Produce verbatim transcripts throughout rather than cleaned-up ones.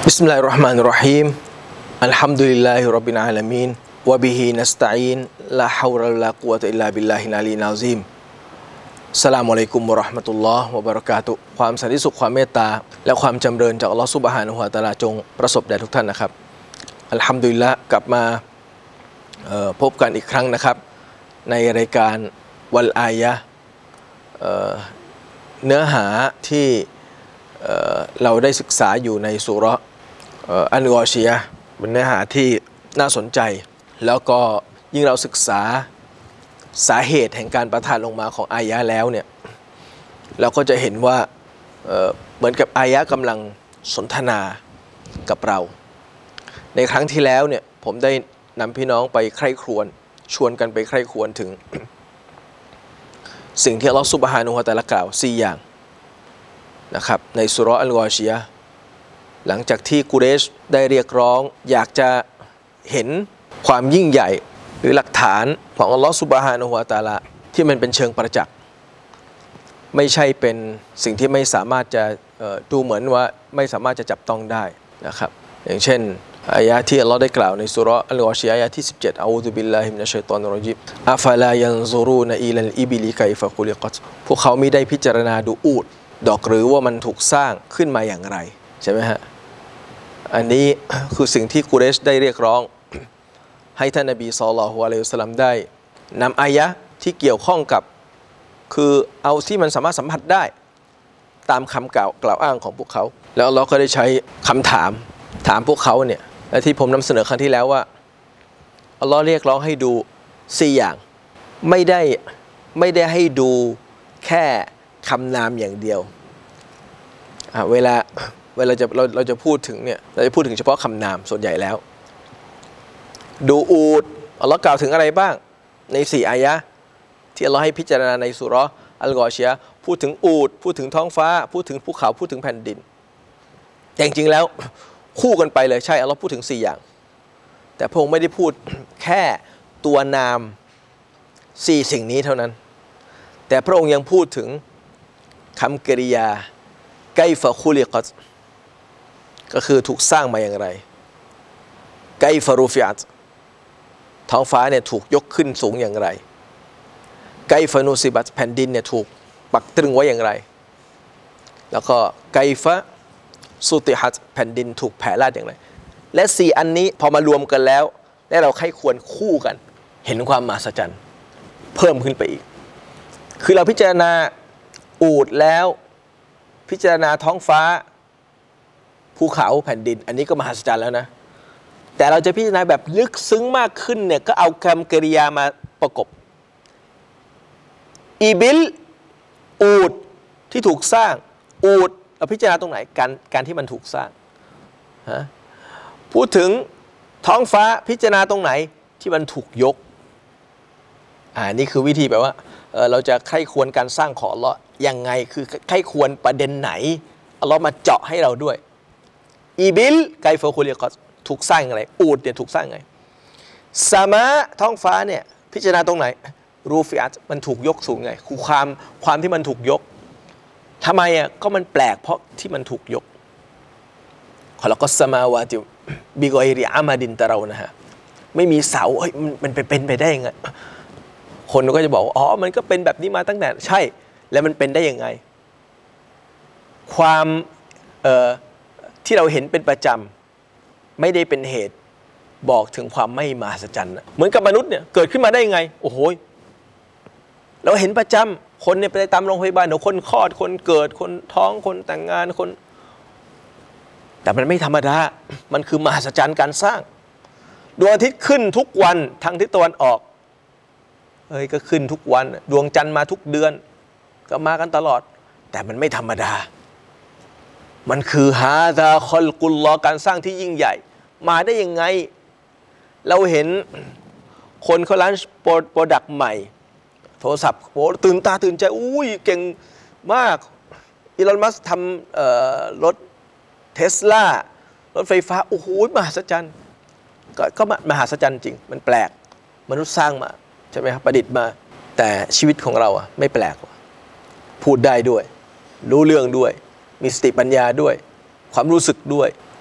بسم الله الرحمن الرحيم الحمد لله رب العالمين وبه نستعين لا حول ولا قوة إلا بالله العلي العظيم อัสสลามุอะลัยกุมวะเราะห์มะตุลลอฮ์วะบะเราะกาตุฮ์ความสันติสุขความเมตตาและความจำเริญจากอัลเลาะห์ซุบฮานะฮูวะตะอาลาจงประสบแด่ทุกท่านนะครับอัลฮัมดุลิลละห์กลับมาพบกันอีกครั้งนะครับในรายการวัลอายะห์เนื้อหาที่เราได้ศึกษาอยู่ในซูเราะห์อันกอชียะห์เป็นเนื้อหาที่น่าสนใจแล้วก็ยิ่งเราศึกษาสาเหตุแห่งการประทานลงมาของอายะห์แล้วเนี่ยเราก็จะเห็นว่าเอ่อเหมือนกับอายะห์กำลังสนทนากับเราในครั้งที่แล้วเนี่ยผมได้นำพี่น้องไปใคร่ครวญชวนกันไปใคร่ครวญถึงสิ่งที่อัลเลาะห์ซุบฮานะฮูวะตะอาลากล่าวสี่อย่างนะครับในซูเราะห์อัลกอชียะห์หลังจากที่กุเรชได้เรียกร้องอยากจะเห็นความยิ่งใหญ่หรือหลักฐานของอัลลอฮฺซุบฮานะฮูวะตะอาลาที่มันเป็นเชิงประจักษ์ไม่ใช่เป็นสิ่งที่ไม่สามารถจะดูเหมือนว่าไม่สามารถจะจับต้องได้นะครับอย่างเช่นอายะที่อัลลอฮฺได้กล่าวในซูเราะห์อัลกอชียะห์อายะที่สิบเจ็ดอะอูซุบิลลาฮิมินัชชัยฏอนิรเราะญีมอะฟะลายันซุรูนอิลัลอิบิลิกัยฟะคุลิกัตพวกเขามิได้พิจารณาดูอูฐดอกหรือว่ามันถูกสร้างขึ้นมาอย่างไรใช่ไหมฮะอันนี้คือสิ่งที่กุเรชได้เรียกร้องให้ท่านนบีศ็อลลัลลอฮุอะลัยฮิวะซัลลัมได้นำอายะห์ที่เกี่ยวข้องกับคือเอาที่มันสามารถสัมผัสได้ตามคำกล่าวกล่าวอ้างของพวกเขาแล้วเราก็ได้ใช้คำถามถามพวกเขาเนี่ยและที่ผมนำเสนอครั้งที่แล้วว่าอัลลอฮ์เรียกร้องให้ดูสี่อย่างไม่ได้ไม่ได้ให้ดูแค่คำนามอย่างเดียวเวลาเวลาจะเราเราจะพูดถึงเนี่ยเราจะพูดถึงเฉพาะคำนามส่วนใหญ่แล้วดูอูฐอัลลอฮ์กล่าวถึงอะไรบ้างในสี่อายะห์ที่อัลลอฮ์ให้พิจารณาในซูเราะห์อัลกอชียะห์พูดถึงอูฐพูดถึงท้องฟ้าพูดถึงภูเขาพูดถึงแผ่นดินแต่จริงๆแล้วคู่กันไปเลยใช่อัลลอฮ์พูดถึงสี่อย่างแต่พระองค์ไม่ได้พูดแค่ตัวนามสี่สิ่งนี้เท่านั้นแต่พระองค์ยังพูดถึงคำกริยาไกฟะคุลิกัตก็คือถูกสร้างมาอย่างไรไกฟะรูฟิอัตท้องฟ้าเนี่ยถูกยกขึ้นสูงอย่างไรไกฟะนูซิบัตแผ่นดินเนี่ยถูกปักตรึงไว้อย่างไรแล้วก็ไกฟะสุติฮัตแผ่นดินถูกแผ่ลาดอย่างไรและสี่อันนี้พอมารวมกันแล้วและเราใคร่ควรคู่กันเห็นความมหัศจรรย์เพิ่มขึ้นไปอีกคือเราพิจารณาอูฐแล้วพิจารณาท้องฟ้าภูเขาแผ่นดินอันนี้ก็มหัศจรรย์แล้วนะแต่เราจะพิจารณาแบบลึกซึ้งมากขึ้นเนี่ยก็เอาคำกริยามาประกบอีบิลอูฐที่ถูกสร้างอูฐเราพิจารณาตรงไหนการการที่มันถูกสร้างฮะพูดถึงท้องฟ้าพิจารณาตรงไหนที่มันถูกยกอ่านี่คือวิธีแบบว่าเออเราจะใคร่ควรการสร้างของอัลเลาะห์ยังไงคือใคร่ควรประเด็นไหนอัลเลาะห์มาเจาะให้เราด้วยอีบิลไกฟะคุลิกัตถูกสร้างอย่างไรอูฐเนี่ยถูกสร้างไงสามะท้องฟ้าเนี่ยพิจารณาตรงไหนรูฟิอัตมันถูกยกสูงไงคือความความที่มันถูกยกทำไมอ่ะก็มันแปลกเพราะที่มันถูกยกขอละก็สมาวาติบิกอยริอามาดินตะเรานะฮะไม่มีเสาเฮ้ยมันมันเป็นไปได้ยังไงคนก็จะบอกว่าอ๋อมันก็เป็นแบบนี้มาตั้งแต่ใช่แล้วมันเป็นได้ยังไงความเอ่อที่เราเห็นเป็นประจำไม่ได้เป็นเหตุบอกถึงความไม่มหัศจรรย์เหมือนกับมนุษย์เนี่ยเกิดขึ้นมาได้ยังไงโอ้โหเราเห็นประจำคนเนี่ยไปตามโรงพยาบาลเดี๋ยวคนคลอดคนเกิดคนท้องคนแต่งงานคนแต่มันไม่ธรรมดามันคือมหัศจรรย์การสร้างดวงอาทิตย์ขึ้นทุกวันทางทิศตะวันออกเอ้ยก็ขึ้นทุกวันดวงจันทร์มาทุกเดือนก็มากันตลอดแต่มันไม่ธรรมดามันคือฮาซาคอลกุลลอฮ์การสร้างที่ยิ่งใหญ่มาได้ยังไงเราเห็นคนเขาล้านโปรดักต์ใหม่โทรศัพท์โอ้ตื่นตาตื่นใจอุ้ยเก่งมากอีลอนมัสก์ทำรถเทสลารถไฟฟ้าโอ้โหมหัศจรรย์ก็ก็มหัศจรรย์จริงมันแปลกมนุษย์สร้างมาใช่ไหมครับประดิษฐ์มาแต่ชีวิตของเราอ่ะไม่แปลกพูดได้ด้วยรู้เรื่องด้วยมีสติปัญญาด้วยความรู้สึกด้วย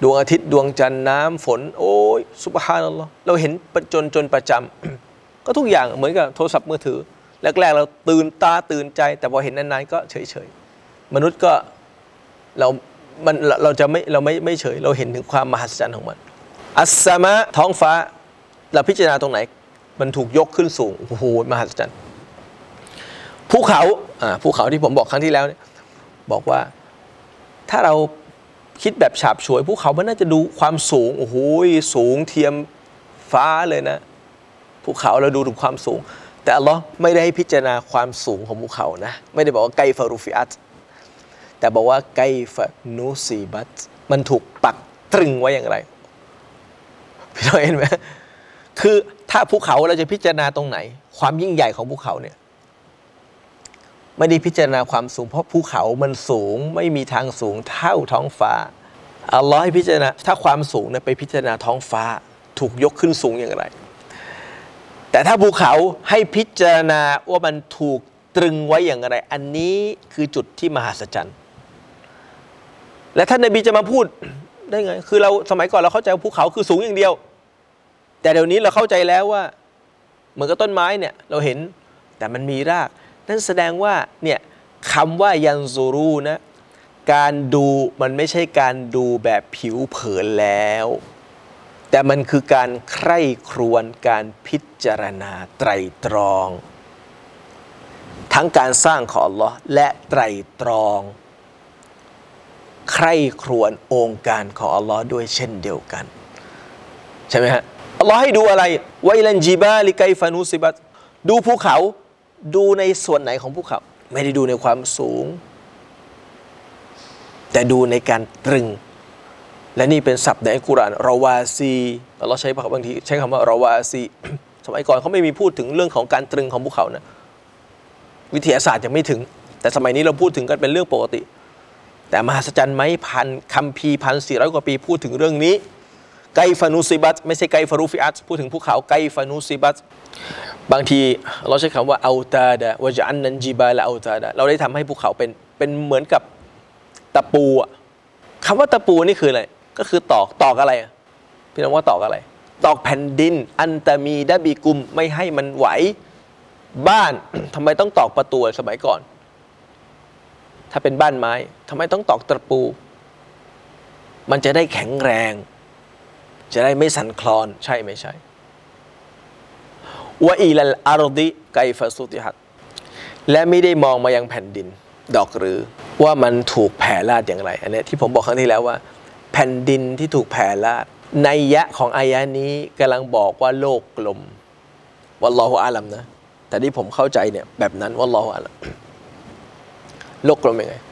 ดวงอาทิตย์ดวงจันทร์น้ำฝนโอ้ยซุบฮานัลลอฮ์เราเห็นจนจนประจำ ก็ทุกอย่างเหมือนกับโทรศัพท์มือถือแรกๆเราตื่นตาตื่นใจแต่พอเห็นนานๆก็เฉยๆมนุษย์ก็เรามันเราจะไม่เราไม่ไม่เฉยเราเห็นถึงความมหัศจรรย์ของมันอัสสามะท้องฟ้าเราพิจารณาตรงไหนมันถูกยกขึ้นสูงโอ้โหมหัศจรรย์ภูเขาอ่าภูเขาที่ผมบอกครั้งที่แล้วเนี่ยบอกว่าถ้าเราคิดแบบฉาบฉวยภูเขามันน่าจะดูความสูงโอ้โหสูงเทียมฟ้าเลยนะภูเขาเราดูถึงความสูงแต่อัลลอฮ์ไม่ได้ให้พิจารณาความสูงของภูเขานะไม่ได้บอกว่าไกฟารุฟิอัตแต่บอกว่าไกฟานูซีบัตมันถูกปักตรึงไว้อย่างไรพี่น้องเห็นไหมคือถ้าภูเขาเราจะพิจารณาตรงไหนความยิ่งใหญ่ของภูเขาเนี่ยไม่ได้พิจารณาความสูงเพราะภูเขามันสูงไม่มีทางสูงเท่าท้องฟ้าอัลลอฮ์ให้พิจารณาถ้าความสูงเนี่ยไปพิจารณาท้องฟ้าถูกยกขึ้นสูงอย่างไรแต่ถ้าภูเขาให้พิจารณาว่ามันถูกตรึงไว้อย่างไรอันนี้คือจุดที่มหัศจรรย์และท่านนบีจะมาพูดได้ไงคือเราสมัยก่อนเราเข้าใจว่าภูเขาคือสูงอย่างเดียวแต่เดี๋ยวนี้เราเข้าใจแล้วว่าเหมือนกับต้นไม้เนี่ยเราเห็นแต่มันมีรากนั่นแสดงว่าเนี่ยคำว่ายันซูรูนะการดูมันไม่ใช่การดูแบบผิวเผินแล้วแต่มันคือการใคร่ครวญการพิจารณาไตรตรองทั้งการสร้างของอัลลอฮ์และไตรตรองใคร่ครวญองค์การของอัลลอฮ์ด้วยเช่นเดียวกันใช่ไหมฮะอัลลอฮ์ให้ดูอะไรไวลันจิบาลิไกฟานุซิบัตดูภูเขาดูในส่วนไหนของภูเขาไม่ได้ดูในความสูงแต่ดูในการตรึงและนี่เป็นศัพท์ในอัลกุรอานราวาซีเราใช้บางทีใช้คำว่าราวาซี สมัยก่อนเขาไม่มีพูดถึงเรื่องของการตรึงของภูเขานะวิทยาศาสตร์ยังไม่ถึงแต่สมัยนี้เราพูดถึงกันเป็นเรื่องปกติแต่มหัศจรรย์ไหมพันคัมภีร์พันสี่ร้อยกว่าปีพูดถึงเรื่องนี้ไกฟานูซิบัตไม่ใช่ไกฟารูฟิอัตพูดถึงภูเขาไกฟานูซิบัตบางทีเราใช้คำว่าอัลตาดะวะจันนันจิบาละอัลตาดะเราได้ทำให้ภูเขาเป็นเป็นเหมือนกับตะปูอะคำว่าตะปูนี่คืออะไรก็คือตอกตอกอะไรพี่น้องว่าตอกอะไรตอกแผ่นดินอันตะมีดะบีกุมไม่ให้มันไหวบ้าน ทำไมต้องตอกประตูสมัยก่อนถ้าเป็นบ้านไม้ทำไมต้องตอกตะปู มันจะได้แข็งแรงจะได้ไม่สั่นคลอนใช่ไม่ใช่วะอีลัลอาร์ดิไกฟะซุติฮัตและไม่ได้มองมายังแผ่นดินดอกหรือว่ามันถูกแผ่ลาดอย่างไรอันนี้ที่ผมบอกครั้งที่แล้วว่าแผ่นดินที่ถูกแผ่ลาดนัยยะของอายะนี้กำลังบอกว่าโลกกลมวัลลอฮุอาลัมนะแต่ที่ผมเข้าใจเนี่ยแบบนั้นวัลลอฮุอาลัมโลกกลมยังไง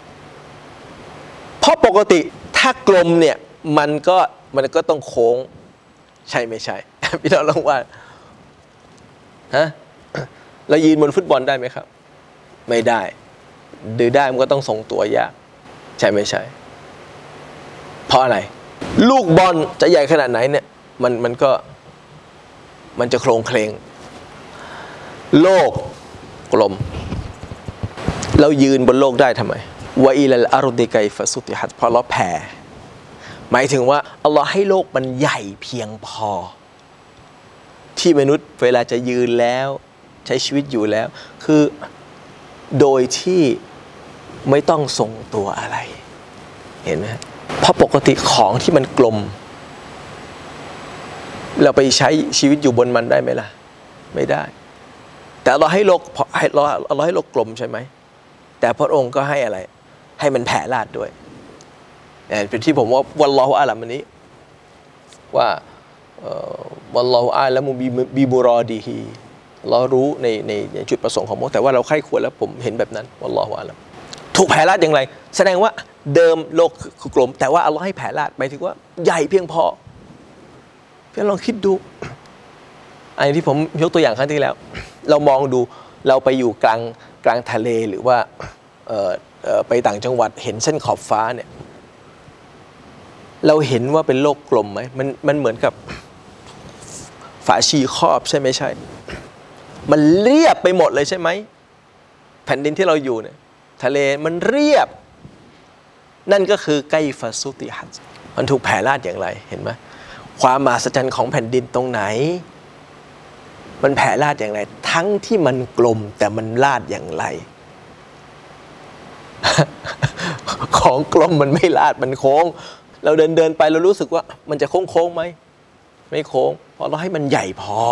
เพราะปกติถ้ากลมเนี่ยมันก็มันก็ต้องโค้งใช่ไม่ใช่พี่น้องลองว่าฮะเรายืนบนฟุตบอลได้ไหมครับไม่ได้ดื้อได้มันก็ต้องทรงตัวยากใช่ไม่ใช่เพราะอะไรลูกบอลจะใหญ่ขนาดไหนเนี่ยมันมันก็มันจะโครงเคลงโลกกลมเรายืนบนโลกได้ทำไมวะอิลัลอารุดิไกฟะซุติฮัตเพราะเราแผ่หมายถึงว่าอัลลอฮ์ให้โลกมันใหญ่เพียงพอที่มนุษย์เวลาจะยืนแล้วใช้ชีวิตอยู่แล้วคือโดยที่ไม่ต้องทรงตัวอะไรเห็นไหมเพราะปกติของที่มันกลมเราไปใช้ชีวิตอยู่บนมันได้ไหมล่ะไม่ได้แต่เราให้โลกเราเราให้โลกกลมใช่ไหมแต่พระองค์ก็ให้อะไรให้มันแผ่ลาดด้วยเป็นที่ผมว่าวัลลอฮุอาลัมอันนี้ว่าวัลลอฮุอาลัมบิมุรอดีฮีเรารู้ในในจุดประสงค์ของมุแต่ว่าเราใคร่ควรแล้วผมเห็นแบบนั้นวัลลอฮุอาลัมถูกแผ่ลาดอย่างไรแสดงว่าเดิมโลกคือกลมแต่ว่าอัลลอฮ์ให้แผ่ลาดหมายถึงว่าใหญ่เพียงพอเพื่อนลองคิดดูอันที่ผมยกตัวอย่างครั้งที่แล้วเรามองดูเราไปอยู่กลางกลางทะเลหรือว่าเอ่อเอ่อไปต่างจังหวัดเห็นเส้นขอบฟ้าเนี่ยเราเห็นว่าเป็นโลกกลมไหมมันมันเหมือนกับฝาชีครอบใช่ไหมใช่มันเรียบไปหมดเลยใช่ไหมแผ่นดินที่เราอยู่เนี่ยทะเลมันเรียบนั่นก็คือไกฟะซุติฮัตมันถูกแผ่ราดอย่างไรเห็นไหมความมหัศจรรย์ของแผ่นดินตรงไหนมันแผ่ราดอย่างไรทั้งที่มันกลมแต่มันราดอย่างไร ของกลมมันไม่ราดมันโค้งเราเดินเดินไปเรารู้สึกว่ามันจะโค้งโค้งไหมไม่โค้งเพราะเราให้มันใหญ่พอ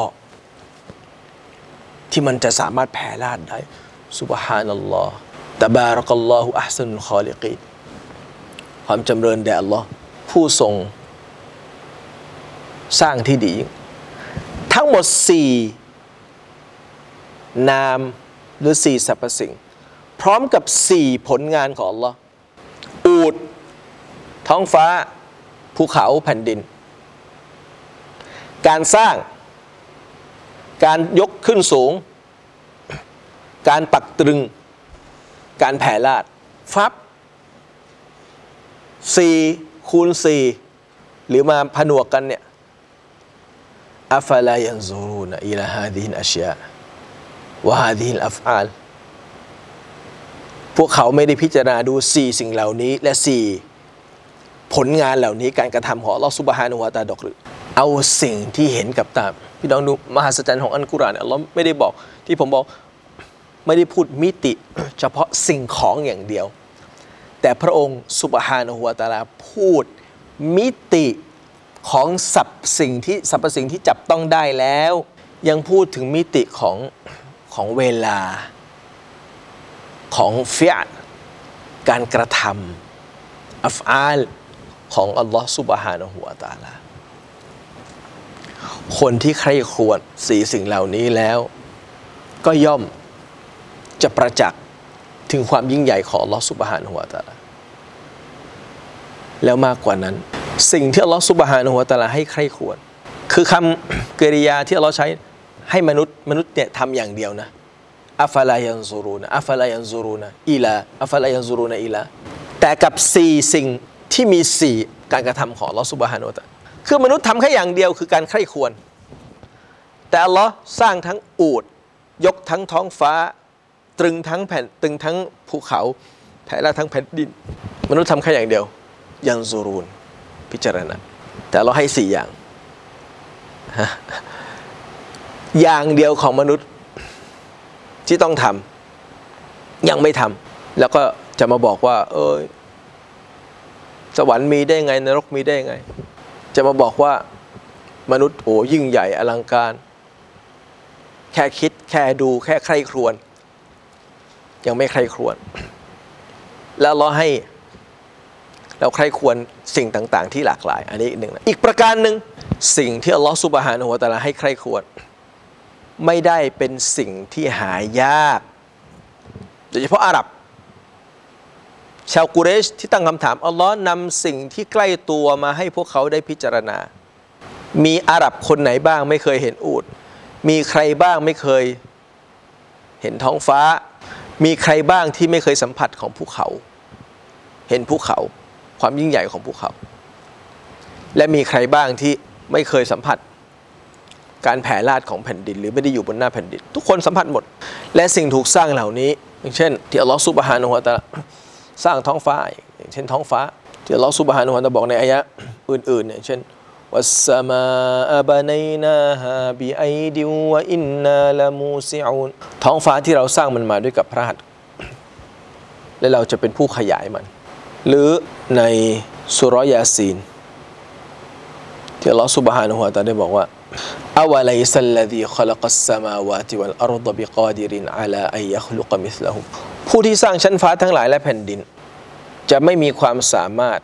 ที่มันจะสามารถแผ่ราดได้ซุบฮานัลลอฮ์ตะบารักัลลอฮุอัห์ซันุลคอลิกีนความจำเริญแด่อัลลอฮ์ผู้ทรงสร้างที่ดีทั้งหมดสี่นามหรือสี่สรรพสิ่งพร้อมกับสี่ผลงานของอัลลอฮ์อูฐท้องฟ้าภูเขาแผ่นดินการสร้างการยกขึ้นสูงการปักตรึงการแผ่ราดฟับสี่คูณสี่หรือมาผนวกกันเนี่ยอัฟลายันซูรูนอิลาฮาดิฮิลอัชยาวะฮาดิฮิลอัฟอาลพวกเขาไม่ได้พิจารณาดูสี่สิ่งเหล่านี้และสี่ผลงานเหล่านี้การกระทำของอัลลอฮฺซุบฮานะฮูวะตะอาลาดอกหรือเอาสิ่งที่เห็นกับตาพี่น้องดูมหัศจรรย์ของอัลกุรอานอัลลอฮ์ไม่ได้บอกที่ผมบอกไม่ได้พูดมิติเฉพาะสิ่งของอย่างเดียวแต่พระองค์ซุบฮานะฮูวะตะอาลาพูดมิติของสรรพสิ่งที่สรรพสิ่งที่จับต้องได้แล้วยังพูดถึงมิติของของเวลาของฟิอ์การกระทำอัฟอาลของอัลลอฮ์ซุบฮานะฮูวะตะอาลาคนที่ใคร่ครวญสี่สิ่งเหล่านี้แล้วก็ย่อมจะประจักษ์ถึงความยิ่งใหญ่ของอัลลอฮ์ซุบฮานะฮูวะตะอาลาแล้วมากกว่านั้นสิ่งที่อัลลอฮ์ซุบฮานะฮูวะตะอาลาให้ใคร่ครวญคือคำกริยาที่อัลลอฮ์ใช้ให้มนุษย์มนุษย์เนี่ยทำอย่างเดียวนะอัฟลายันซูรูนอัฟลายันซูรูนอิลาอัฟลายันซูรูนอิลาแต่กับสี่สิ่งที่มีสี่การกระทำของอัลลอฮ์ซุบฮานะฮูวะตะอาลาคือมนุษย์ทำแค่อย่างเดียวคือการใคร่ครวญแต่อัลลอฮ์สร้างทั้งอูฐยกทั้งท้องฟ้าตรึงทั้งแผ่นตึงทั้งภูเขาแผ่ราดทั้งแผ่นดินมนุษย์ทำแค่อย่างเดียวยันซูรูนพิจารณาแต่เราให้สี่อย่างอย่างเดียวของมนุษย์ที่ต้องทำยังไม่ทำแล้วก็จะมาบอกว่าเออสวรรค์มีได้ไงนรกมีได้ไงจะมาบอกว่ามนุษย์โอ้ยิ่งใหญ่อลังการแค่คิดแค่ดูแค่ใคร่ครวญยังไม่ใคร่ครวญแล้วเราให้เราใคร่ครวญสิ่งต่างๆที่หลากหลายอันนี้อีกหนึ่งนะอีกประการหนึ่งสิ่งที่อัลลอฮฺซุบฮานะฮูวะตะอาลาให้ใคร่ครวญไม่ได้เป็นสิ่งที่หายากโดยเฉพาะอาหรับชาวกุเรชที่ตั้งคำถามอัลลอฮ์นำสิ่งที่ใกล้ตัวมาให้พวกเขาได้พิจารณามีอาหรับคนไหนบ้างไม่เคยเห็นอูฐมีใครบ้างไม่เคยเห็นท้องฟ้ามีใครบ้างที่ไม่เคยสัมผัสของภูเขาเห็นภูเขาความยิ่งใหญ่ของภูเขาและมีใครบ้างที่ไม่เคยสัมผัสการแผ่ราดของแผ่นดินหรือไม่ได้อยู่บนหน้าแผ่นดินทุกคนสัมผัสหมดและสิ่งถูกสร้างเหล่านี้อย่างเช่นที่อัลลอฮฺซุบฮานะฮูวะตะอาลาสร้างท้องฟ้าอย่างเช่นท้องฟ้าที่อัลลอฮฺซุบฮานะฮูวะตะอาลาบอกในอายะห์อื่นๆอย่างเช่นวัสสมาอะบะนัยนาฮาบิอัยดิวะอินนาละมูซิอูนท้องฟ้าที่เราสร้างมันมาด้วยกับพระหัตถ์และเราจะเป็นผู้ขยายมันหรือในซูเราะห์ยาซีนที่อัลลอฮฺซุบฮานะฮูวะตะอาลาได้บอกว่าอาวะลัยซัลลซีคอลักัสสมาวาติวัลอัรฎบิกอดิรินอะลาอัยยัคลุกมิสละฮุผู้ที่สร้างชั้นฟ้าทั้งหลายและแผ่นดินจะไม่มีความสามารถ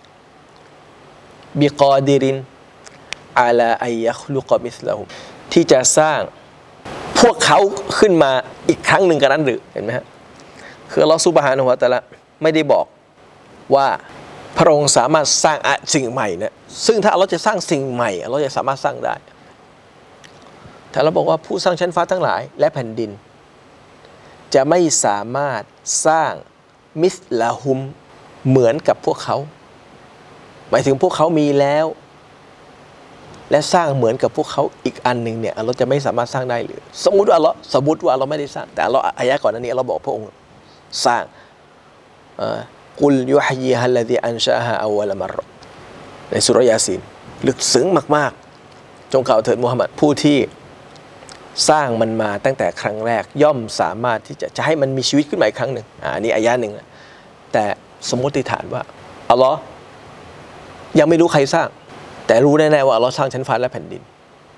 บิกอดิรินอะลาอัยยัคลุกมิสละฮุที่จะสร้างพวกเขาขึ้นมาอีกครั้งหนึ่งกันนั้นหรือเห็นไหมฮะคืออัลเลาะห์ซุบฮานะฮูวะตะอาลาไม่ได้บอกว่าพระองค์สามารถสร้างสิ่งใหม่นะซึ่งถ้าอัลเลาะห์จะสร้างสิ่งใหม่อัลเลาะห์จะสามารถสร้างได้แต่เราบอกว่าผู้สร้างชั้นฟ้าทั้งหลายและแผ่นดินจะไม่สามารถสร้างมิสลาฮุมเหมือนกับพวกเขาหมายถึงพวกเขามีแล้วและสร้างเหมือนกับพวกเขาอีกอันหนึ่งเนี่ยอัลเลาะห์จะไม่สามารถสร้างได้หรือสมมุติว่าอัลเลาะห์สมมุติว่าอัลเลาะห์ไม่ได้สร้างแต่อัลเลาะห์อายะห์ก่อนหน้านี้อัลเลาะห์บอกพระองค์สร้างกุลยุฮยีฮัลลซีอันชาฮาอัวละมัรเราะในสุรยาซีนลึกซึ้งมากๆจงกล่าวเถิดมุฮัมมัดผู้ที่สร้างมันมาตั้งแต่ครั้งแรกย่อมสามารถที่จะจะให้มันมีชีวิตขึ้นมาอีกครั้งหนึ่งอ่าอันนี้อายะหนึ่งแต่สมมติฐานว่าอัลลอฮ์ยังไม่รู้ใครสร้างแต่รู้แน่ๆว่าอัลลอฮ์สร้างชั้นฟ้าและแผ่นดิน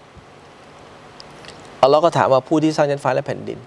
อัลลอฮ์ก็ถามว่าผู้ที่สร้างชั้นฟ้าและแผ่นดิน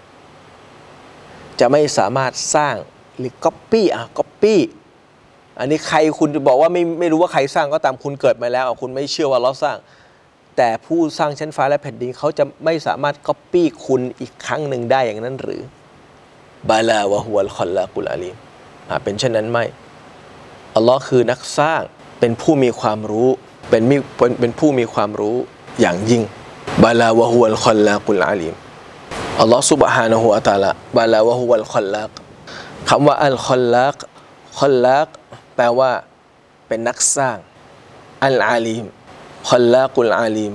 จะไม่สามารถสร้างหรือก๊อปปี้อ่ะก๊อปปี้อันนี้ใครคุณจะบอกว่าไม่ไม่รู้ว่าใครสร้างก็ตามคุณเกิดมาแล้วคุณไม่เชื่อว่าอัลลอฮ์สร้างแต่ผู้สร้างชั้นฟ้าและแผ่นดินเขาจะไม่สามารถก๊อปปี้คุณอีกครั้งหนึ่งได้อย่างนั้นหรือบาลาวะฮุวัลคอลลากุลอาลีมอ่าเป็นเช่นนั้นไหมอัลลอฮ์คือนักสร้างเป็นผู้มีความรู้เป็นมีเป็นเป็นผู้มีความรู้อย่างยิ่งบาลาวะฮุวัลคอลลากุลอาลีมอัลลอฮ์ซุบฮานะฮูวะตะอาลาบาลาวะฮุวัลคอลลากคำว่าอัลคอลลากคอลลากแปลว่าเป็นนักสร้างอัลอาลีมคอลลากุลอาลีม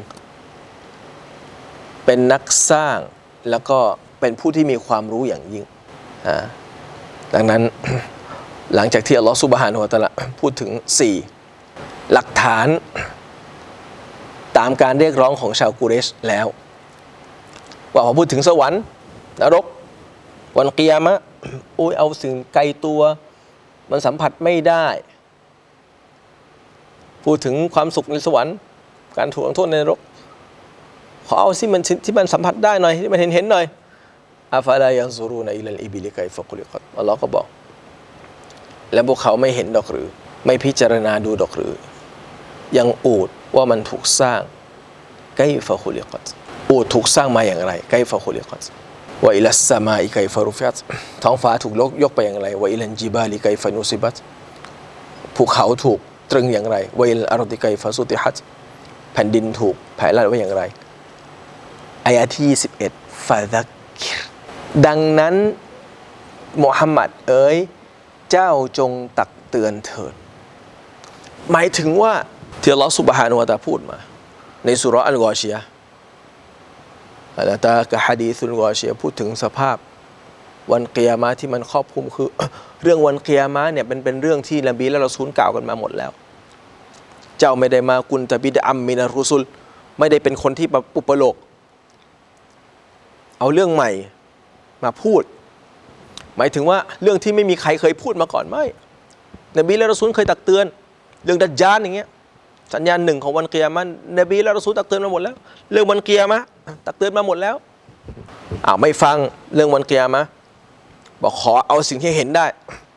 เป็นนักสร้างแล้วก็เป็นผู้ที่มีความรู้อย่างยิ่งอ่าดังนั้น หลังจากที่อัลลอฮฺซุบฮานะฮูวะตะอาลาพูดถึงสี่หลักฐานตามการเรียกร้องของชาวกุเรชแล้วว่าพอพูดถึงสวรรค์นรกวันกิยามะห์โอ้ยเอาสิ่งไกลตัวมันสัมผัสไม่ได้พูดถึงความสุขในสวรรค์การถูกลงโทษในนรกขอเอาสิมันที่มันสัมผัสได้หน่อยที่มันเห็นเห็นหน่อยอาฟาลายันซูรูนอิลัลอิบิลิกัยฟะกุลิกัตอัลลอฮ์ก็บอกและพวกเขาไม่เห็นดอกหรือไม่พิจารณาดูดอกหรือยังอูฐว่ามันถูกสร้างไกฟะกุลิกัตอูฐถูกสร้างมาอย่างไรไกฟะกุลิกัตวะอิลัสสมาอิไกฟะรุฟิอัตท้องฟ้าถูกยกไปอย่างไรวะอิลันจิบาลิไกฟะนุซิบัตภูเขาถูกตรึงอย่างไรวะอิลอาร์ฎิไกฟะซุติฮัตแผ่นดินถูกแผ่ลาดไว้อย่างไรอายะที่ยี่สิบเอ็ดฟะซักกิรดังนั้นมุฮัมมัดเอ๋ยเจ้าจงตักเตือนเถิดหมายถึงว่าที่อัลลอฮฺซุบฮานะฮูวะตะอาลาพูดมาในสุเราะห์อัลกอชิยะห์อัลตากะฮะดีซุลกอชิยะห์พูดถึงสภาพวันกิยามะห์ที่มันครอบคลุมคือ เรื่องวันกิยามะห์เนี่ยเป็นเป็นเรื่องที่นบีและรอซูลกล่าวกันมาหมดแล้วเจ้าไม่ได้มากุนตะบิดอัมมินัรรุซุลไม่ได้เป็นคนที่อุปโลกเอาเรื่องใหม่มาพูดหมายถึงว่าเรื่องที่ไม่มีใครเคยพูดมาก่อนไม่นบีและรอซูลเคยตักเตือนเรื่องดัจญาลอย่างเงี้ยสัญญาณหนึ่งของวันกิยามะห์นบีและรอซูลตักเตือนมาหมดแล้วเรื่องวันกิยามะห์ตักเตือนมาหมดแล้วอ้าวไม่ฟังเรื่องวันกิยามะห์บอกขอเอาสิ่งที่เห็นได้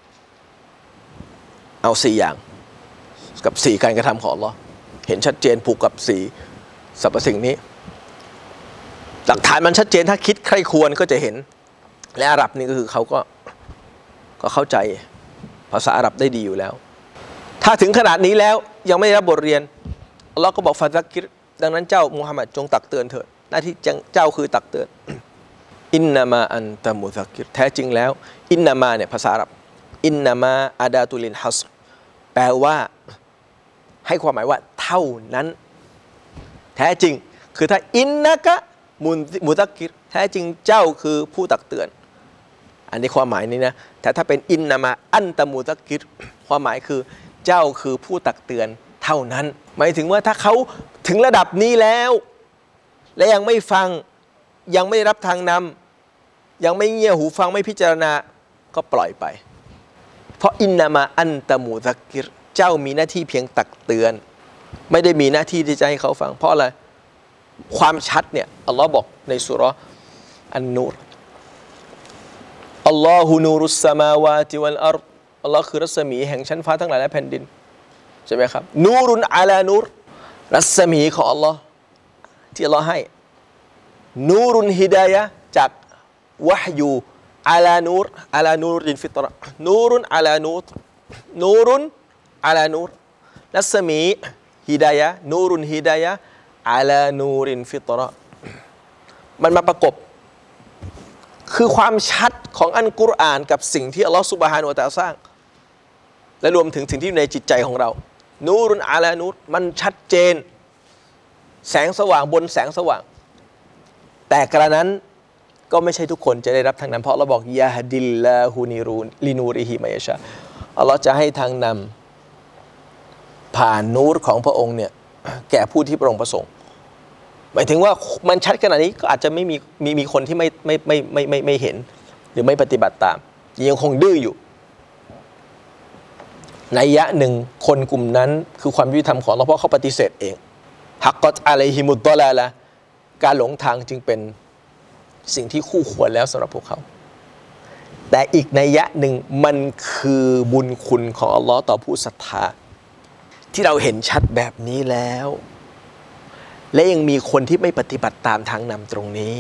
เอาสี่อย่างกับสี่การกระทำของอัลเลาะห์เห็นชัดเจนผูกกับสี่สรรพสิ่งนี้หลักฐานมันชัดเจนถ้าคิดใคร่ควรก็จะเห็นและอาหรับนี่ก็คือเขาก็ก็เข้าใจภาษาอาหรับได้ดีอยู่แล้วถ้าถึงขนาดนี้แล้วยังไม่ได้รับบทเรียนอัลเลาะห์ก็บอกฟะซักกิรดังนั้นเจ้ามุฮัมมัดจงตักเตือนเถิดหน้าที่เจ้าคือตักเตือนอินนามาอันตะมุซักกิรแท้จริงแล้วอินนามาเนี่ยภาษาอาหรับอินนามาอาดาตุลินฮัสแปลว่าให้ความหมายว่าเท่านั้นแท้จริงคือถ้าอินนะกะมุนมุซักกิรแท้จริงเจ้าคือผู้ตักเตือนอันนี้ความหมายนี้นะแต่ถ้าเป็นอินนามาอันตะมุซักกิรความหมายคือเจ้าคือผู้ตักเตือนเท่านั้นหมายถึงว่าถ้าเขาถึงระดับนี้แล้วและยังไม่ฟังยังไม่ได้รับทางนำยังไม่เงี่ยหูฟังไม่พิจารณาก็ปล่อยไปเพราะอินนามาอันตะมุซักกิรเจ้ามีหน้าที่เพียงตักเตือนไม่ได้มีหน้าที่ที่จะให้เขาฟังเพราะอะไรความชัดเนี่ยอัลลอฮ์บอกในสุเราะห์อันนูรอัลลอฮุนูรุสสมาวาติวัลอัรฎอัลลอฮ์คือรัศมีแห่งชั้นฟ้าทั้งหลายและแผ่นดินใช่ไหมครับนูรุนอะลานูรรัศมีของอัลลอฮ์ที่อัลลอฮ์ให้นูรุนฮิดายะห์จากวะฮยูอะลานูรอะลานูรินฟิตเราะห์นูรุนอะลานูรนูรุนอะลานูรรัศมีฮิดายะห์นูรุนฮิดายะห์อะลานูรินฟิตเราะห์มันมาประกบคือความชัดของอัลกุรอานกับสิ่งที่อัลลอฮฺซุบฮานะฮูวะตะอาลาสร้างและรวมถึงสิ่งที่อยู่ในจิตใจของเรานูรุนอะลานูรมันชัดเจนแสงสว่างบนแสงสว่างแต่กระนั้นก็ไม่ใช่ทุกคนจะได้รับทางนำเพราะเราบอกยะฮดิลลาฮูนิรูนลินูริฮิมายะชาอัลลอฮ์จะให้ทางนผ่านนูรของพระองค์เนี่ยแก่ผู้ที่พระองค์ประสงค์หมายถึงว่ามันชัดขนาดนี้ก็อาจจะไม่มีมีมีคนที่ไม่ไม่ไม่ไม่ไม่ไม่เห็นหรือไม่ปฏิบัติตามยังคงดื้ออยู่นัยยะหนึ่งคนกลุ่มนั้นคือความยุติธรรมของเราเพราะเขาปฏิเสธเองฮักกอตอะลัยฮิมุตตอลาละการหลงทางจึงเป็นสิ่งที่คู่ควรแล้วสำหรับพวกเขาแต่อีกนัยยะหนึ่งมันคือบุญคุณของอัลลอฮ์ต่อผู้ศรัทธาที่เราเห็นชัดแบบนี้แล้วและยังมีคนที่ไม่ปฏิบัติตามทางนำตรงนี้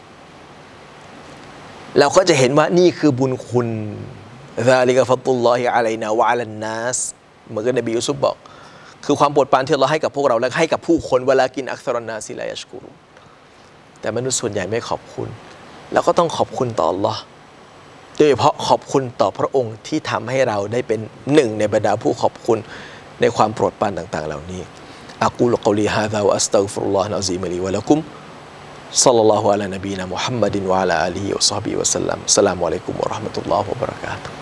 เราก็จะเห็นว่านี่คือบุญคุณซาลิกะฟัตุลลอฮิอะลัยนาวะอะลันนัสเหมือนกับนบียูซุฟบอกคือความโปรดปรานที่อัลเลาะห์ให้กับพวกเราและให้กับผู้คนเวลากินอักษรนาซิลายัชกุรุแต่มนุษย์ส่วนใหญ่ไม่ขอบคุณแล้วก็ต้องขอบคุณต่ออัลเลาะห์โดยเฉพาะขอบคุณต่อพระองค์ที่ทำให้เราได้เป็นหนึ่งในบรรดาผู้ขอบคุณในความโปรดปรานต่างๆเหล่านี้อะกูลุกอลีฮาซาวะอัสตัฆฟิรุลลอฮะอะซีมลีวะละกุมศ็อลลัลลอฮุอะลานะบีนะมุฮัมมัดวะอะลาอาลีฮิวะศอฮบิฮิวะซัลลัมอัสสลามุอะลัยกุมวะเราะห์มะตุลลอฮิวะบะเราะกาตุฮ์